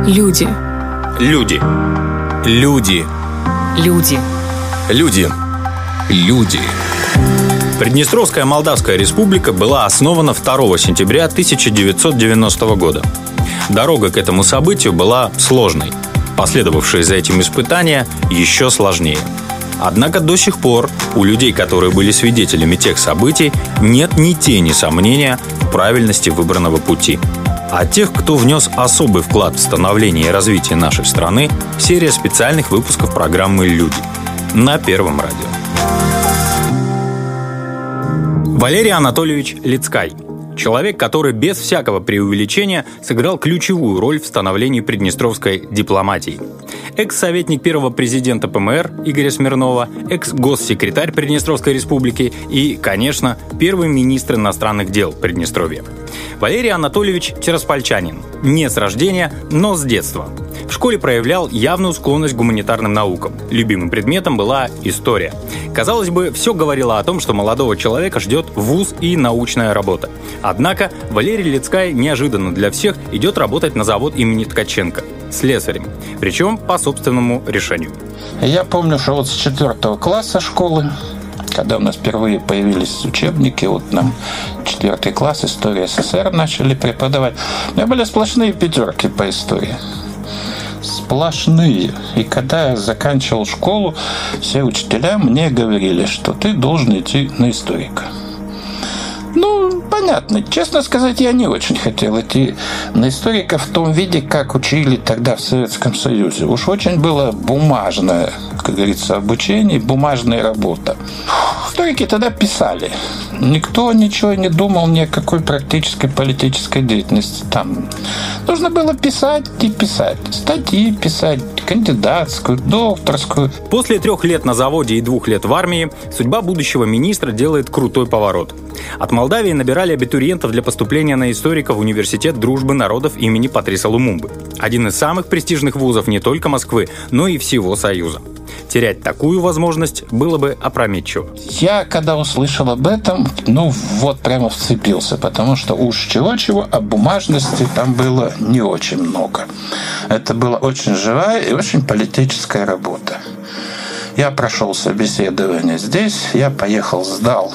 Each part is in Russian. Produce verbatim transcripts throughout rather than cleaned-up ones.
Люди. Люди. Люди. Люди. Люди. Люди. Приднестровская Молдавская Республика была основана второго сентября тысяча девятьсот девяностого года. Дорога к этому событию была сложной. Последовавшие за этим испытания еще сложнее. Однако до сих пор у людей, которые были свидетелями тех событий, нет ни тени сомнения в правильности выбранного пути. А тех, кто внес особый вклад в становление и развитие нашей страны, серия специальных выпусков программы «Люди» на Первом радио. Валерий Анатольевич Лицкай. Человек, который без всякого преувеличения сыграл ключевую роль в становлении приднестровской дипломатии. Экс-советник первого президента ПМР Игоря Смирнова, экс-госсекретарь Приднестровской республики и, конечно, первый министр иностранных дел Приднестровья. Валерий Анатольевич тираспольчанин. Не с рождения, но с детства. В школе проявлял явную склонность к гуманитарным наукам. Любимым предметом была история. Казалось бы, все говорило о том, что молодого человека ждет вуз и научная работа. Однако Валерий Лицкай неожиданно для всех идет работать на завод имени Ткаченко слесарем, причем по собственному решению. Я помню, что вот с четвертого класса школы, когда у нас впервые появились учебники, вот нам четвертый класс, история СССР начали преподавать, у меня были сплошные пятерки по истории. Сплошные. И когда я заканчивал школу, все учителя мне говорили, что ты должен идти на историка. Ну, понятно. Честно сказать, я не очень хотел идти на историка в том виде, как учили тогда в Советском Союзе. Уж очень было бумажное, как говорится, обучение, бумажная работа. Историки тогда писали. Никто ничего не думал ни о какой практической политической деятельности. Там нужно было писать и писать. Статьи писать, кандидатскую, докторскую. После трех лет на заводе и двух лет в армии судьба будущего министра делает крутой поворот. От Молдавии набирали абитуриентов для поступления на историка в Университет дружбы народов имени Патриса Лумумбы. Один из самых престижных вузов не только Москвы, но и всего Союза. Терять такую возможность было бы опрометчиво. Я, когда услышал об этом, ну вот прямо вцепился, потому что уж чего-чего, а бумажности там было не очень много. Это была очень живая и очень политическая работа. Я прошел собеседование здесь, я поехал, сдал.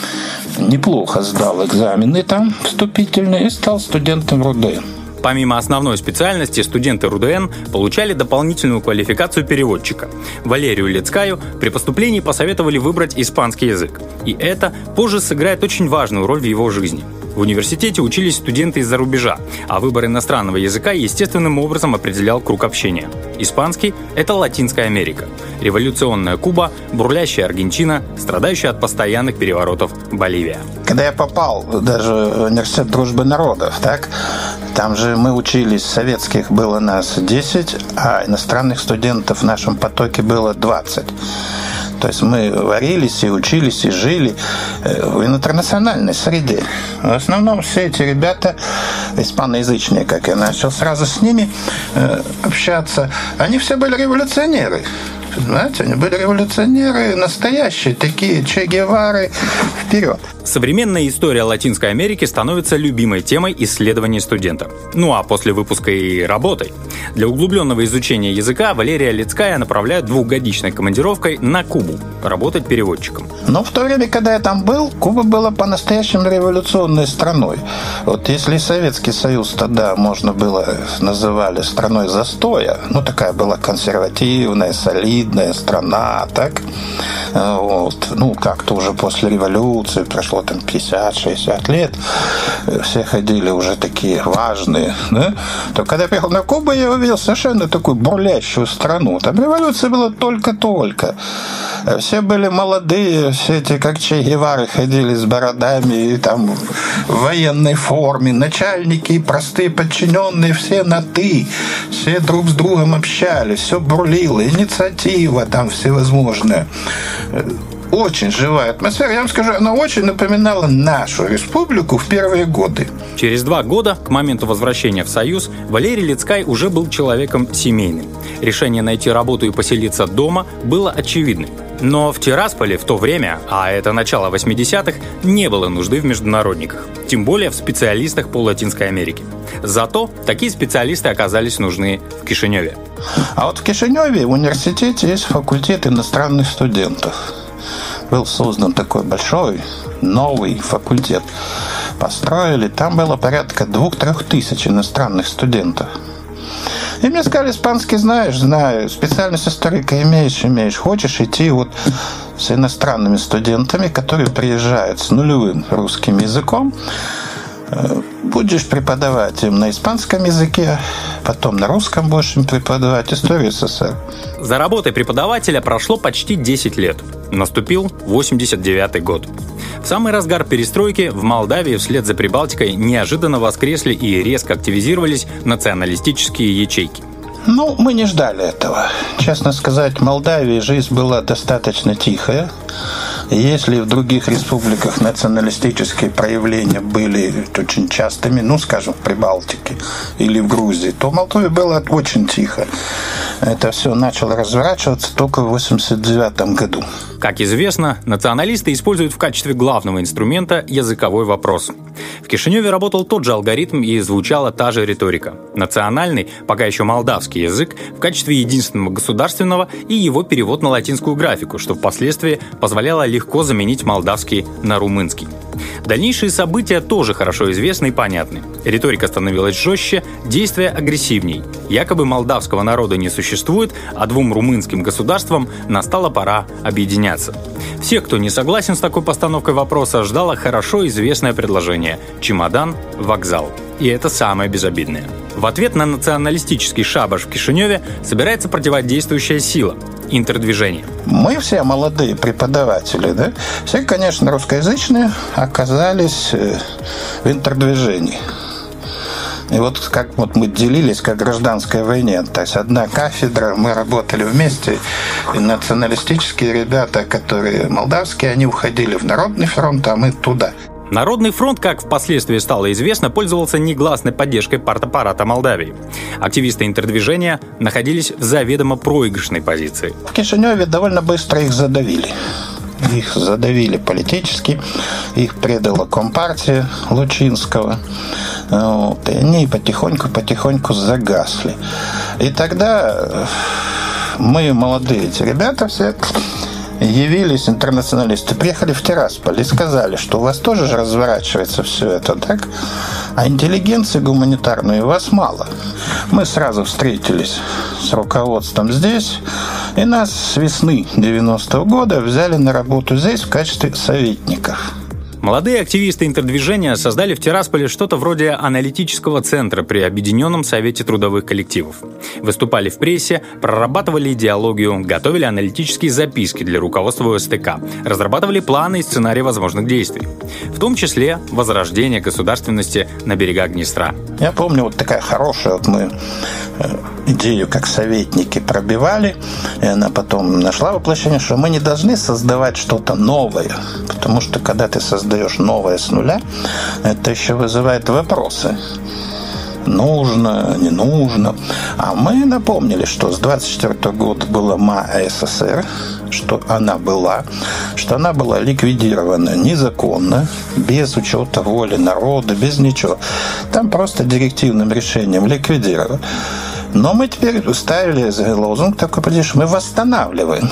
Неплохо сдал экзамены там вступительные и стал студентом РУДН. Помимо основной специальности, студенты РУДН получали дополнительную квалификацию переводчика. Валерию Лицкаю при поступлении посоветовали выбрать испанский язык. И это позже сыграет очень важную роль в его жизни. В университете учились студенты из-за рубежа, а выбор иностранного языка естественным образом определял круг общения. Испанский – это Латинская Америка, революционная Куба, бурлящая Аргентина, страдающая от постоянных переворотов Боливия. Когда я попал даже в Университет дружбы народов, так, там же мы учились, советских было нас десять, а иностранных студентов в нашем потоке было двадцать. То есть мы варились и учились, и жили в интернациональной среде. В основном все эти ребята, испаноязычные, как я начал сразу с ними общаться, они все были революционеры. Знаете, они были революционеры настоящие, такие Че Гевары, вперед. Современная история Латинской Америки становится любимой темой исследований студента. Ну а после выпуска и работой. Для углубленного изучения языка Валерия Лицкая направляют двухгодичной командировкой на Кубу работать переводчиком. Но в то время, когда я там был, Куба была по-настоящему революционной страной. Вот если Советский Союз тогда можно было называли страной застоя, ну такая была консервативная, солидная страна, так, вот, ну как-то уже после революции прошло там пятьдесят-шестьдесят лет, все ходили уже такие важные, да? То когда я приехал на Кубу, я увидел совершенно такую бурлящую страну. Там революция была только-только. Все были молодые, все эти, как Че Гевары, ходили с бородами и там в военной форме. Начальники и простые подчиненные все на «ты». Все друг с другом общались, все бурлило, инициатива там всевозможная. Очень живая атмосфера. Я вам скажу, она очень напоминала нашу республику в первые годы. Через два года, к моменту возвращения в Союз, Валерий Лицкай уже был человеком семейным. Решение найти работу и поселиться дома было очевидным. Но в Тирасполе в то время, а это начало восьмидесятых, не было нужды в международниках, тем более в специалистах по Латинской Америке. Зато такие специалисты оказались нужны в Кишиневе. А вот в Кишиневе в университете есть факультет иностранных студентов. Был создан такой большой, новый факультет. Построили, там было порядка двух-трех тысяч иностранных студентов. И мне сказали, испанский знаешь, знаю, специальность историка имеешь, имеешь. Хочешь идти вот с иностранными студентами, которые приезжают с нулевым русским языком, будешь преподавать им на испанском языке, потом на русском будешь им преподавать историю СССР. За работой преподавателя прошло почти десять лет. Наступил восемьдесят девятый год. В самый разгар перестройки в Молдавии вслед за Прибалтикой неожиданно воскресли и резко активизировались националистические ячейки. Ну, мы не ждали этого. Честно сказать, в Молдавии жизнь была достаточно тихая. Если в других республиках националистические проявления были очень частыми, ну, скажем, в Прибалтике или в Грузии, то в Молдове было очень тихо. Это все начало разворачиваться только в восемьдесят девятом году. Как известно, националисты используют в качестве главного инструмента языковой вопрос. В Кишиневе работал тот же алгоритм и звучала та же риторика. Национальный, пока еще молдавский язык, в качестве единственного государственного и его перевод на латинскую графику, что впоследствии позволяло легко заменить молдавский на румынский. Дальнейшие события тоже хорошо известны и понятны. Риторика становилась жестче, действия агрессивней. Якобы молдавского народа не существует, а двум румынским государствам настала пора объединяться. Всех, кто не согласен с такой постановкой вопроса, ждало хорошо известное предложение – чемодан, вокзал. И это самое безобидное. В ответ на националистический шабаш в Кишиневе собирается противодействующая сила – интердвижение. Мы все молодые преподаватели, да? Все, конечно, русскоязычные оказались в интердвижении. И вот как вот мы делились, как в гражданской войне. То есть одна кафедра, мы работали вместе, и националистические ребята, которые молдавские, они уходили в Народный фронт, а мы туда. Народный фронт, как впоследствии стало известно, пользовался негласной поддержкой партаппарата Молдавии. Активисты интердвижения находились в заведомо проигрышной позиции. В Кишиневе довольно быстро их задавили. Их задавили политически, их предала Компартия Лучинского. Вот, и они потихоньку-потихоньку загасли. И тогда мы, молодые эти ребята все, явились интернационалисты, приехали в Тирасполь и сказали, что у вас тоже же разворачивается все это, так? А интеллигенции гуманитарной у вас мало. Мы сразу встретились с руководством здесь, и нас с весны девяностого года взяли на работу здесь в качестве советников. Молодые активисты интердвижения создали в Тирасполе что-то вроде аналитического центра при Объединенном совете трудовых коллективов. Выступали в прессе, прорабатывали идеологию, готовили аналитические записки для руководства о эс тэ ка, разрабатывали планы и сценарии возможных действий, в том числе возрождение государственности на берегах Днестра. Я помню, вот такая хорошая, вот мы идею как советники пробивали, и она потом нашла воплощение, что мы не должны создавать что-то новое, потому что когда ты создаешь новое с нуля, это еще вызывает вопросы. Нужно, не нужно. А мы напомнили, что с двадцать четвёртого года была МА эс эс эр, что она была, что она была ликвидирована незаконно, без учета воли народа, без ничего. Там просто директивным решением ликвидировали. Но мы теперь ставили лозунг такой, что мы восстанавливаем.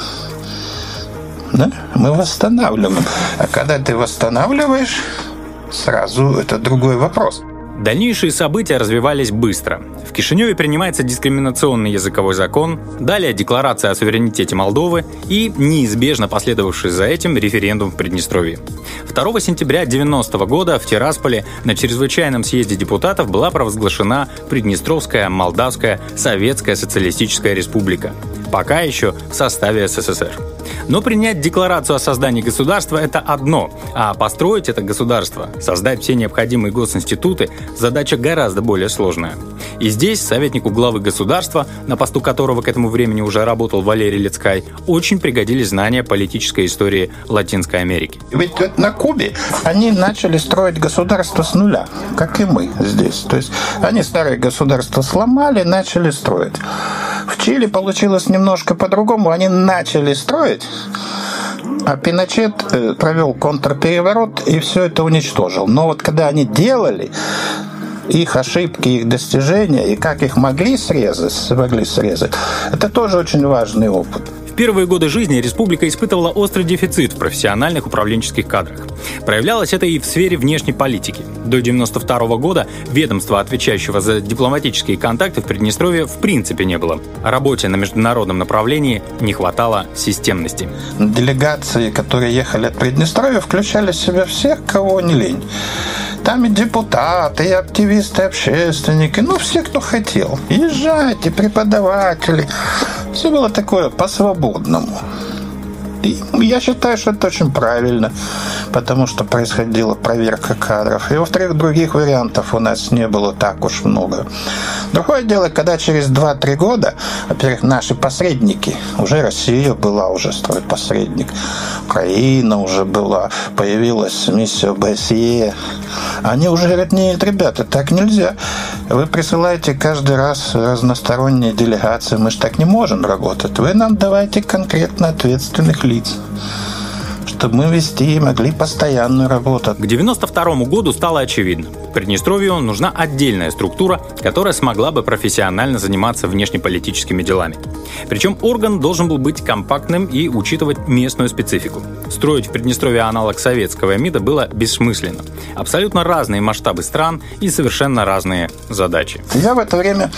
Да? Мы восстанавливаем. А когда ты восстанавливаешь, сразу это другой вопрос. Дальнейшие события развивались быстро. В Кишиневе принимается дискриминационный языковой закон, далее декларация о суверенитете Молдовы и неизбежно последовавший за этим референдум в Приднестровье. второго сентября девяностого года в Тирасполе на чрезвычайном съезде депутатов была провозглашена Приднестровская Молдавская Советская Социалистическая Республика, пока еще в составе эс эс эс эр. Но принять декларацию о создании государства – это одно, а построить это государство, создать все необходимые госинституты – задача гораздо более сложная. И здесь советнику главы государства, на посту которого к этому времени уже работал Валерий Лицкай, очень пригодились знания политической истории Латинской Америки. Ведь на Кубе они начали строить государство с нуля, как и мы здесь. То есть они старое государство сломали, начали строить. В Чили получилось немножко по-другому. Они начали строить, А Пиночет провел контрпереворот и все это уничтожил. Но вот когда они делали, их ошибки, их достижения и как их могли срезать, смогли срезать, это тоже очень важный опыт. В первые годы жизни республика испытывала острый дефицит в профессиональных управленческих кадрах. Проявлялось это и в сфере внешней политики. До девяносто второго года ведомства, отвечающего за дипломатические контакты в Приднестровье, в принципе не было. О работе на международном направлении не хватало системности. Делегации, которые ехали от Приднестровья, включали в себя всех, кого не лень. Там и депутаты, и активисты, и общественники, ну, все, кто хотел. Езжайте, преподаватели. Все было такое по-свободному. И я считаю, что это очень правильно, потому что происходила проверка кадров. И, во-вторых, других вариантов у нас не было так уж много. Другое дело, когда через два-три года, во-первых, наши посредники, уже Россия была, уже строит посредник, Украина уже была, появилась миссия ОБСЕ. Они уже говорят: нет, ребята, так нельзя. Вы присылаете каждый раз разносторонние делегации, мы же так не можем работать. Вы нам давайте конкретно ответственных лиц, чтобы мы вести и могли постоянную работу. К девяносто второму году стало очевидно: Приднестровью нужна отдельная структура, которая смогла бы профессионально заниматься внешнеполитическими делами. Причем орган должен был быть компактным и учитывать местную специфику. Строить в Приднестровье аналог советского МИДа было бессмысленно. Абсолютно разные масштабы стран и совершенно разные задачи. Я в это время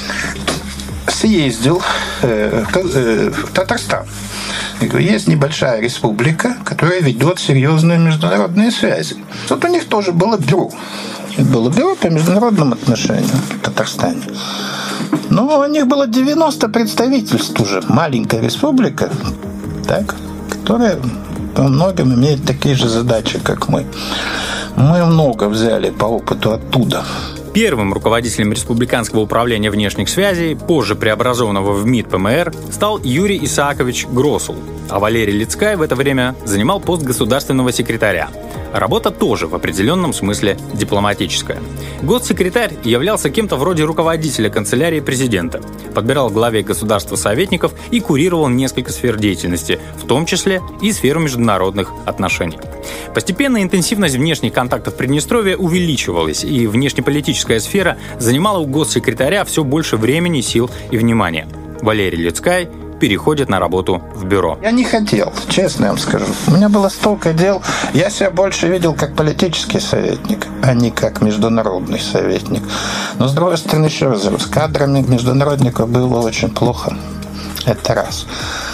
съездил э, в Татарстан. Есть небольшая республика, которая ведет серьезные международные связи. Вот у них тоже было бюро. Было бюро по международным отношениям в Татарстане. Но у них было девяносто представительств уже. Маленькая республика, так, которая по многим имеет такие же задачи, как мы. Мы много взяли по опыту оттуда. Первым руководителем Республиканского управления внешних связей, позже преобразованного в МИД ПМР, стал Юрий Исаакович Гросул, а Валерий Лицкай в это время занимал пост государственного секретаря. Работа тоже в определенном смысле дипломатическая. Госсекретарь являлся кем-то вроде руководителя канцелярии президента, подбирал главе государства советников и курировал несколько сфер деятельности, в том числе и сферу международных отношений. Постепенно интенсивность внешних контактов Приднестровья увеличивалась, и внешнеполитическая сфера занимала у госсекретаря все больше времени, сил и внимания. Валерий Лицкай переходит на работу в бюро. Я не хотел, честно я вам скажу. У меня было столько дел. Я себя больше видел как политический советник, а не как международный советник. Но, с другой стороны, еще раз, с кадрами международников было очень плохо. Это раз.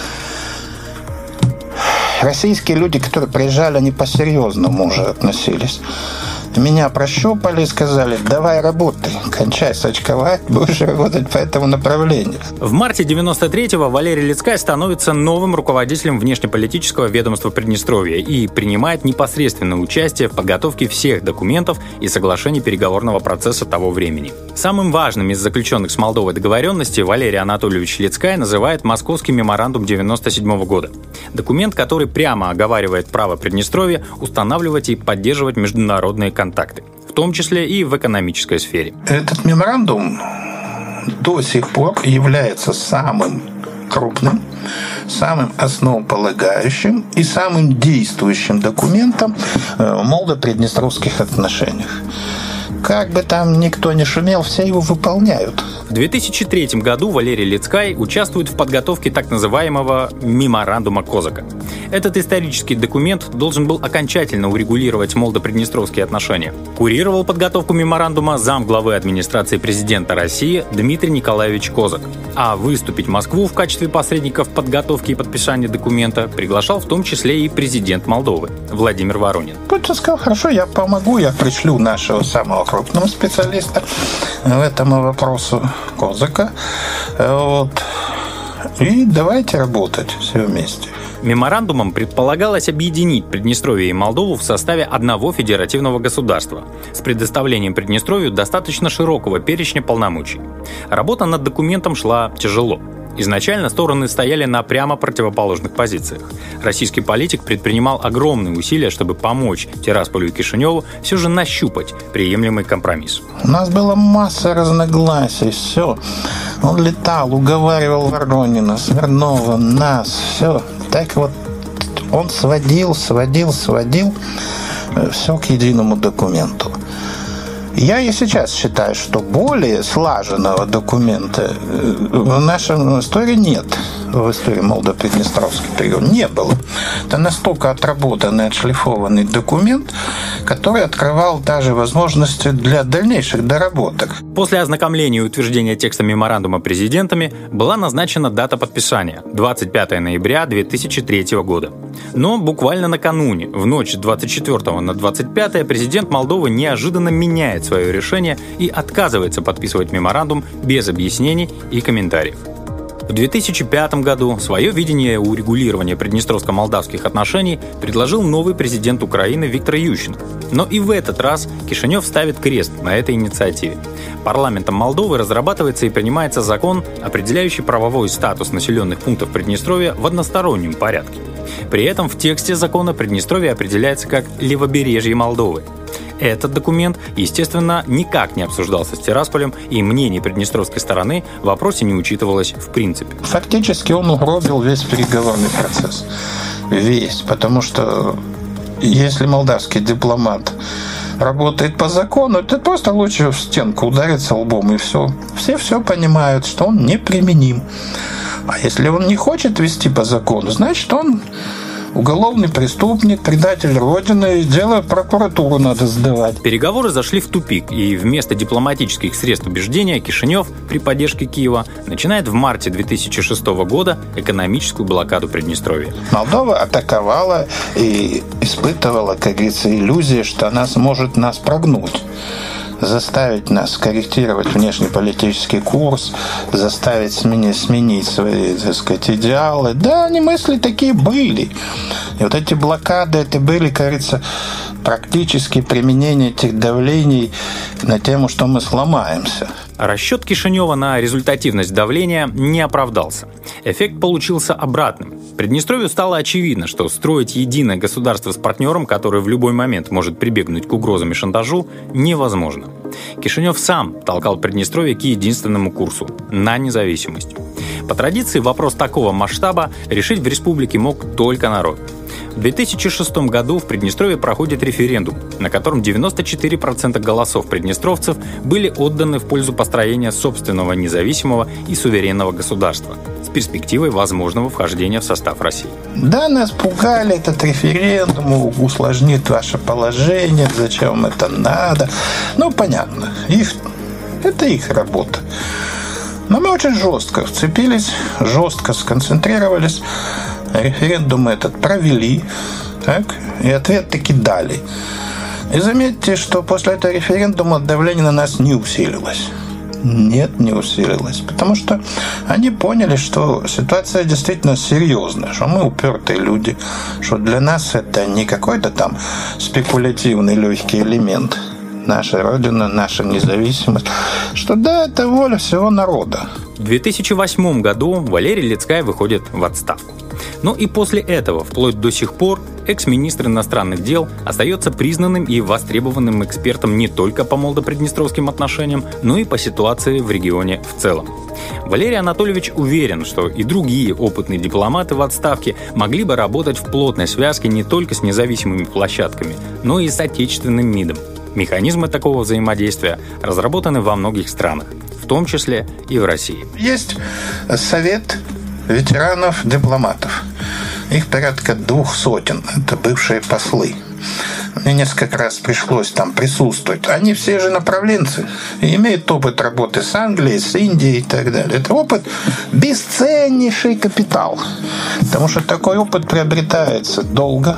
Российские люди, которые приезжали, они по-серьезному уже относились. Меня прощупали и сказали: давай работай, кончай сочковать, будешь работать по этому направлению. В марте девяносто третьего Валерий Лицкай становится новым руководителем внешнеполитического ведомства Приднестровья и принимает непосредственное участие в подготовке всех документов и соглашений переговорного процесса того времени. Самым важным из заключенных с Молдовой договоренностей Валерий Анатольевич Лицкай называет Московский меморандум девяносто седьмого года. Документ, который прямо оговаривает право Приднестровья устанавливать и поддерживать международные контакты, в том числе и в экономической сфере. Этот меморандум до сих пор является самым крупным, самым основополагающим и самым действующим документом в молдо-приднестровских отношениях. Как бы там никто ни шумел, все его выполняют. В две тысячи третьем году Валерий Лицкай участвует в подготовке так называемого «Меморандума Козака». Этот исторический документ должен был окончательно урегулировать молдо-приднестровские отношения. Курировал подготовку меморандума замглавы администрации президента России Дмитрий Николаевич Козак. А выступить в Москву в качестве посредника в подготовке и подписании документа приглашал в том числе и президент Молдовы Владимир Воронин. Путин сказал: хорошо, я помогу, я пришлю нашего самого крупного специалиста в этом вопросу, Козака. Вот. И давайте работать все вместе. Меморандумом предполагалось объединить Приднестровье и Молдову в составе одного федеративного государства с предоставлением Приднестровью достаточно широкого перечня полномочий. Работа над документом шла тяжело. Изначально стороны стояли на прямо противоположных позициях. Российский политик предпринимал огромные усилия, чтобы помочь Тирасполю и Кишиневу все же нащупать приемлемый компромисс. У нас была масса разногласий, все. Он летал, уговаривал Воронина, Смирнова, нас, все. Так вот, Он сводил, сводил, сводил все к единому документу. Я и сейчас считаю, что более слаженного документа в нашей истории нет. В истории Молдово-Приднестровский период не было. Это настолько отработанный, отшлифованный документ, который открывал даже возможности для дальнейших доработок. После ознакомления и утверждения текста меморандума президентами была назначена дата подписания – двадцать пятое ноября две тысячи третьего года. Но буквально накануне, в ночь с двадцать четвёртого на двадцать пятое, президент Молдовы неожиданно меняет свое решение и отказывается подписывать меморандум без объяснений и комментариев. В две тысячи пятом году свое видение урегулирования приднестровско-молдавских отношений предложил новый президент Украины Виктор Ющенко. Но и в этот раз Кишинев ставит крест на этой инициативе. Парламентом Молдовы разрабатывается и принимается закон, определяющий правовой статус населенных пунктов Приднестровья в одностороннем порядке. При этом в тексте закона Приднестровье определяется как левобережье Молдовы. Этот документ, естественно, никак не обсуждался с Тирасполем, и мнение приднестровской стороны в вопросе не учитывалось в принципе. Фактически он угробил весь переговорный процесс. Весь. Потому что если молдавский дипломат работает по закону, то просто лучше в стенку удариться лбом, и все. Все все понимают, что он неприменим. А если он не хочет вести по закону, значит, он уголовный преступник, предатель Родины, и дело прокуратуру надо сдавать. Переговоры зашли в тупик, и вместо дипломатических средств убеждения Кишинев при поддержке Киева начинает в марте две тысячи шестого года экономическую блокаду Приднестровья. Молдова атаковала и испытывала, как говорится, иллюзии, что она сможет нас прогнуть, заставить нас корректировать внешнеполитический курс, заставить сменить, сменить свои, так сказать, идеалы. Да, они мысли такие были. И вот эти блокады, это были, как говорится, практически применение этих давлений на тему, что мы сломаемся. Расчет Кишинева на результативность давления не оправдался. Эффект получился обратным. Приднестровью стало очевидно, что строить единое государство с партнером, который в любой момент может прибегнуть к угрозам и шантажу, невозможно. Кишинев сам толкал Приднестровье к единственному курсу – на независимость. По традиции вопрос такого масштаба решить в республике мог только народ. В две тысячи шестом году в Приднестровье проходит референдум, на котором девяносто четыре процента голосов приднестровцев были отданы в пользу построения собственного независимого и суверенного государства с перспективой возможного вхождения в состав России. Да, нас пугали, этот референдум усложнит ваше положение, зачем это надо. Ну, понятно, их, это их работа. Но мы очень жестко вцепились, жестко сконцентрировались. Референдум этот провели, так, и ответ таки дали. И заметьте, что после этого референдума давление на нас не усилилось. Нет, не усилилось. Потому что они поняли, что ситуация действительно серьезная, что мы упертые люди, что для нас это не какой-то там спекулятивный легкий элемент. Наша Родина, наша независимость, что да, это воля всего народа. В две тысячи восьмом году Валерий Лицкай выходит в отставку. Но и после этого, вплоть до сих пор, экс-министр иностранных дел остается признанным и востребованным экспертом не только по молдо-приднестровским отношениям, но и по ситуации в регионе в целом. Валерий Анатольевич уверен, что и другие опытные дипломаты в отставке могли бы работать в плотной связке не только с независимыми площадками, но и с отечественным МИДом. Механизмы такого взаимодействия разработаны во многих странах, в том числе и в России. Есть совет ветеранов-дипломатов. Их порядка двух сотен. Это бывшие послы. Мне несколько раз пришлось там присутствовать. Они все же направленцы и имеют опыт работы с Англией, с Индией и так далее. Это опыт бесценнейший капитал. Потому что такой опыт приобретается долго,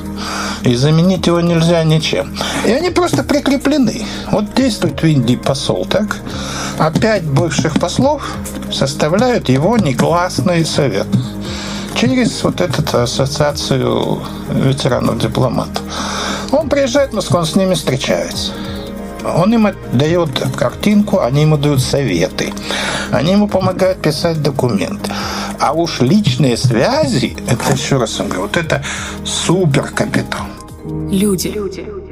и заменить его нельзя ничем. И они просто прикреплены. Вот действует в Индии посол, так? А пять бывших послов составляют его негласный совет через вот эту ассоциацию ветеранов-дипломатов. Он приезжает в Москву, он с ними встречается. Он им дает картинку, они ему дают советы. Они ему помогают писать документы. А уж личные связи, это еще раз говорю, вот это суперкапитал. Люди. Люди.